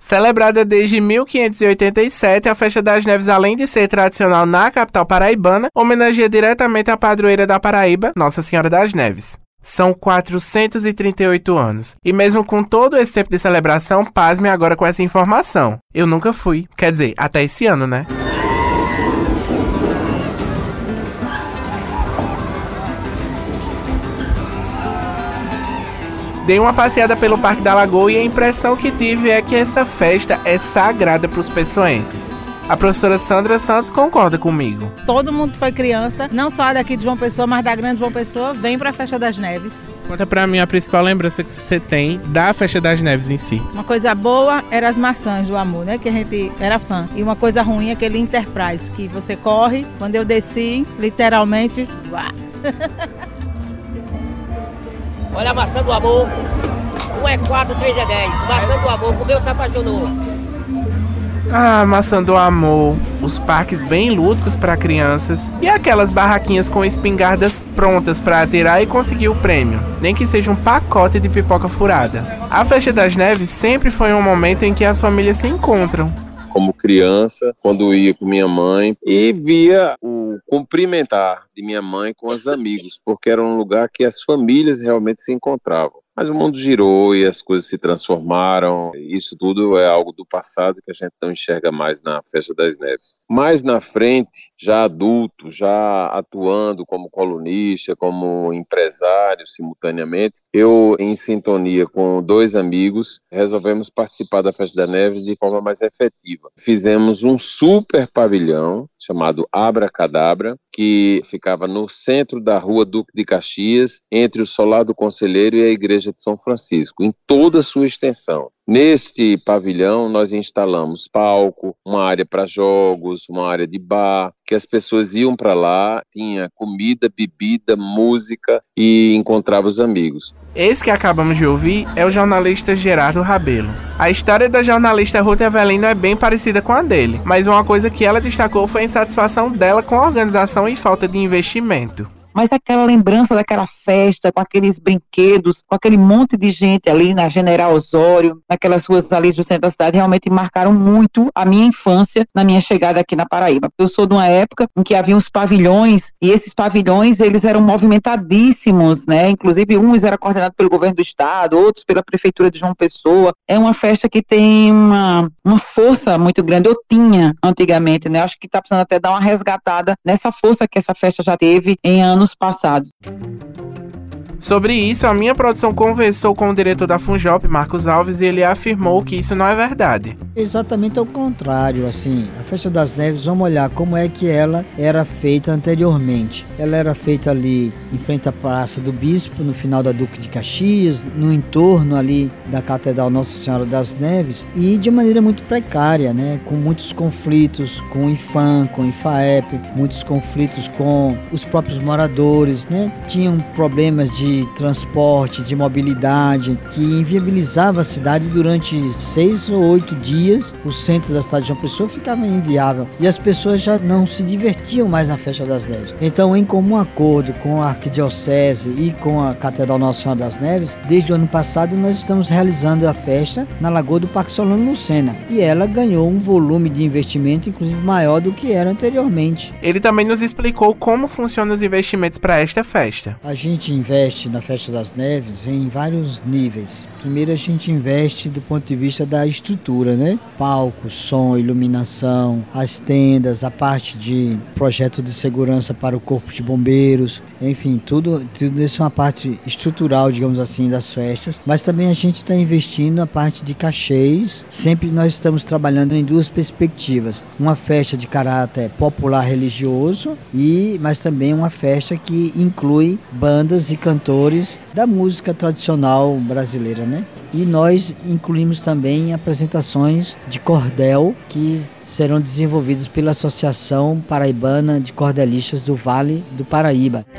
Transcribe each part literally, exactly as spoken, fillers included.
Celebrada desde mil quinhentos e oitenta e sete, a Festa das Neves, além de ser tradicional na capital paraibana, homenageia diretamente a padroeira da Paraíba, Nossa Senhora das Neves. São quatrocentos e trinta e oito anos. E mesmo com todo esse tempo de celebração, pasme agora com essa informação. Eu nunca fui. Quer dizer, até esse ano, né? Dei uma passeada pelo Parque da Lagoa e a impressão que tive é que essa festa é sagrada para os pessoenses. A professora Sandra Santos concorda comigo. Todo mundo que foi criança, não só daqui de João Pessoa, mas da Grande João Pessoa, vem para a Festa das Neves. Conta pra mim a principal lembrança que você tem da Festa das Neves em si. Uma coisa boa era as maçãs do amor, né? Que a gente era fã. E uma coisa ruim é aquele Enterprise, que você corre. Quando eu desci, literalmente... Uá. Olha a maçã do amor. Um é quatro, três é dez. Maçã do amor, comeu, se apaixonou. Ah, maçã do amor, os parques bem lúdicos para crianças e aquelas barraquinhas com espingardas prontas para atirar e conseguir o prêmio, nem que seja um pacote de pipoca furada. A Festa das Neves sempre foi um momento em que as famílias se encontram. Como criança, quando ia com minha mãe e via o cumprimentar de minha mãe com os amigos, porque era um lugar que as famílias realmente se encontravam. Mas o mundo girou e as coisas se transformaram. Isso tudo é algo do passado que a gente não enxerga mais na Festa das Neves. Mais na frente, já adulto, já atuando como colunista, como empresário simultaneamente, eu, em sintonia com dois amigos, resolvemos participar da Festa das Neves de forma mais efetiva. Fizemos um super pavilhão chamado Abracadabra, que ficava no centro da rua Duque de Caxias, entre o Solar do Conselheiro e a Igreja de São Francisco, em toda a sua extensão. Neste pavilhão, nós instalamos palco, uma área para jogos, uma área de bar, que as pessoas iam para lá, tinha comida, bebida, música e encontrava os amigos. Esse que acabamos de ouvir é o jornalista Gerardo Rabelo. A história da jornalista Ruth Evelino é bem parecida com a dele, mas uma coisa que ela destacou foi a insatisfação dela com a organização e falta de investimento. Mas aquela lembrança daquela festa, com aqueles brinquedos, com aquele monte de gente ali na General Osório, naquelas ruas ali do centro da cidade, realmente marcaram muito a minha infância na minha chegada aqui na Paraíba. Eu sou de uma época em que havia uns pavilhões, e esses pavilhões, eles eram movimentadíssimos, né? Inclusive, uns eram coordenados pelo governo do estado, outros pela prefeitura de João Pessoa. É uma festa que tem uma, uma força muito grande, eu tinha antigamente, né? Acho que está precisando até dar uma resgatada nessa força que essa festa já teve em anos passados. Sobre isso, a minha produção conversou com o diretor da Funjop, Marcos Alves, e ele afirmou que isso não é verdade. Exatamente ao contrário, assim, a Festa das Neves, vamos olhar como é que ela era feita anteriormente. Ela era feita ali em frente à Praça do Bispo, no final da Duque de Caxias, no entorno ali da Catedral Nossa Senhora das Neves, e de maneira muito precária, né, com muitos conflitos com o IFAM, com o IFAEP, muitos conflitos com os próprios moradores, né, tinham problemas de de transporte, de mobilidade, que inviabilizava a cidade durante seis ou oito dias. O centro da cidade de João Pessoa ficava inviável e as pessoas já não se divertiam mais na Festa das Neves. Então, em comum acordo com a Arquidiocese e com a Catedral Nossa Senhora das Neves, desde o ano passado nós estamos realizando a festa na Lagoa do Parque Solano Lucena, e ela ganhou um volume de investimento inclusive maior do que era anteriormente. Ele também nos explicou como funcionam os investimentos para esta festa. A gente investe na Festa das Neves em vários níveis. Primeiro, a gente investe do ponto de vista da estrutura, né? Palco, som, iluminação, as tendas, a parte de projeto de segurança para o Corpo de Bombeiros, enfim, tudo, tudo isso é uma parte estrutural, digamos assim, das festas. Mas também a gente está investindo na parte de cachês. Sempre nós estamos trabalhando em duas perspectivas: uma festa de caráter popular religioso, e mas também uma festa que inclui bandas e cantores da música tradicional brasileira, né? E nós incluímos também apresentações de cordel que serão desenvolvidas pela Associação Paraibana de Cordelistas do Vale do Paraíba.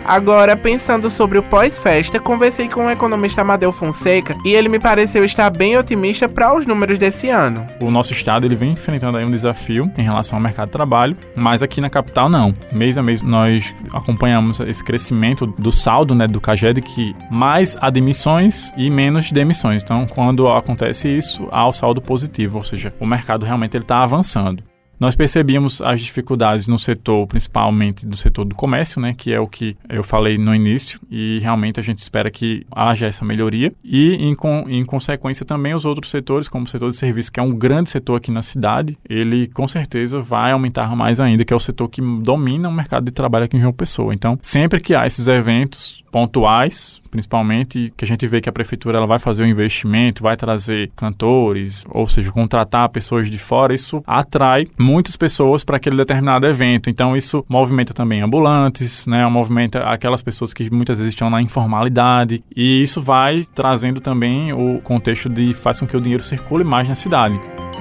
Agora, pensando sobre o pós-festa, conversei com o economista Amadeu Fonseca e ele me pareceu estar bem otimista para os números desse ano. O nosso estado ele vem enfrentando aí um desafio em relação ao mercado de trabalho, mas aqui na capital não. Mês a mês nós acompanhamos esse crescimento do saldo, né, do CAGED, que mais admissões e menos demissões. Então, quando acontece isso, há o saldo positivo, ou seja, o mercado realmente está avançando. Nós percebíamos as dificuldades no setor, principalmente do setor do comércio, né, que é o que eu falei no início, e realmente a gente espera que haja essa melhoria. E, em, em consequência, também os outros setores, como o setor de serviço, que é um grande setor aqui na cidade, ele com certeza vai aumentar mais ainda, que é o setor que domina o mercado de trabalho aqui em João Pessoa. Então, sempre que há esses eventos pontuais, principalmente, que a gente vê que a prefeitura ela vai fazer um investimento, vai trazer cantores, ou seja, contratar pessoas de fora, isso atrai muitas pessoas para aquele determinado evento. Então, isso movimenta também ambulantes, né? Movimenta aquelas pessoas que muitas vezes estão na informalidade, e isso vai trazendo também o contexto de faz com que o dinheiro circule mais na cidade.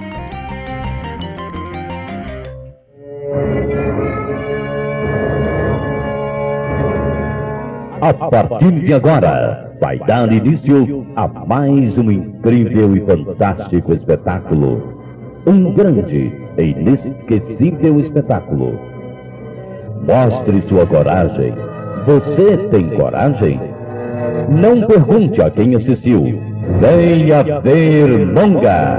A partir de agora, vai dar início a mais um incrível e fantástico espetáculo. Um grande e inesquecível espetáculo. Mostre sua coragem. Você tem coragem? Não pergunte a quem assistiu. Venha ver Monga!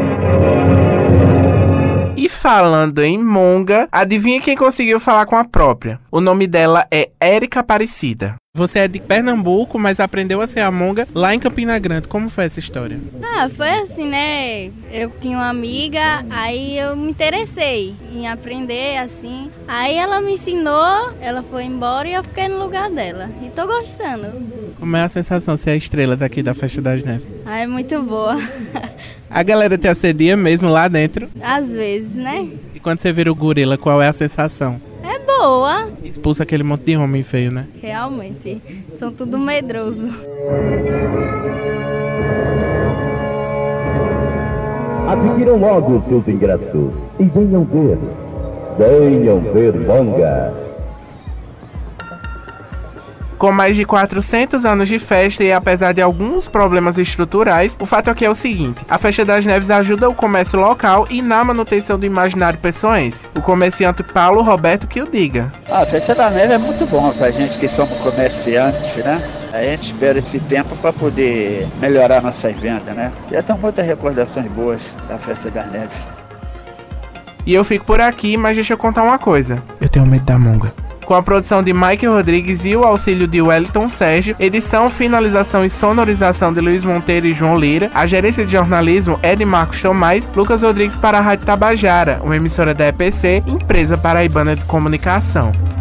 E falando em Monga, adivinha quem conseguiu falar com a própria? O nome dela é Érica Aparecida. Você é de Pernambuco, mas aprendeu a ser a Monga lá em Campina Grande. Como foi essa história? Ah, foi assim, né? Eu tinha uma amiga, aí eu me interessei em aprender, assim. Aí ela me ensinou, ela foi embora e eu fiquei no lugar dela. E tô gostando. Como é a sensação ser a estrela daqui da Festa das Neves? Ah, é muito boa. A galera te assedia mesmo lá dentro? Às vezes, né? E quando você vira o gorila, qual é a sensação? É boa. Expulsa aquele monte de homem feio, né? Realmente. São tudo medroso. Adquiram logo seus ingressos e venham ver. Venham ver Monga. Com mais de quatrocentos anos de festa e apesar de alguns problemas estruturais, o fato aqui é o seguinte: a Festa das Neves ajuda o comércio local e na manutenção do imaginário pessoense. O comerciante Paulo Roberto que o diga. A Festa das Neves é muito bom pra gente que somos comerciantes, né? A gente espera esse tempo para poder melhorar nossas vendas, né? Já estão muitas recordações boas da Festa das Neves. E eu fico por aqui, mas deixa eu contar uma coisa. Eu tenho medo da Monga. Com a produção de Mike Rodrigues e o auxílio de Wellington Sérgio, edição, finalização e sonorização de Luiz Monteiro e João Lira, a gerência de jornalismo é de Marcos Tomás, Lucas Rodrigues para a Rádio Tabajara, uma emissora da E P C, Empresa Paraibana de Comunicação.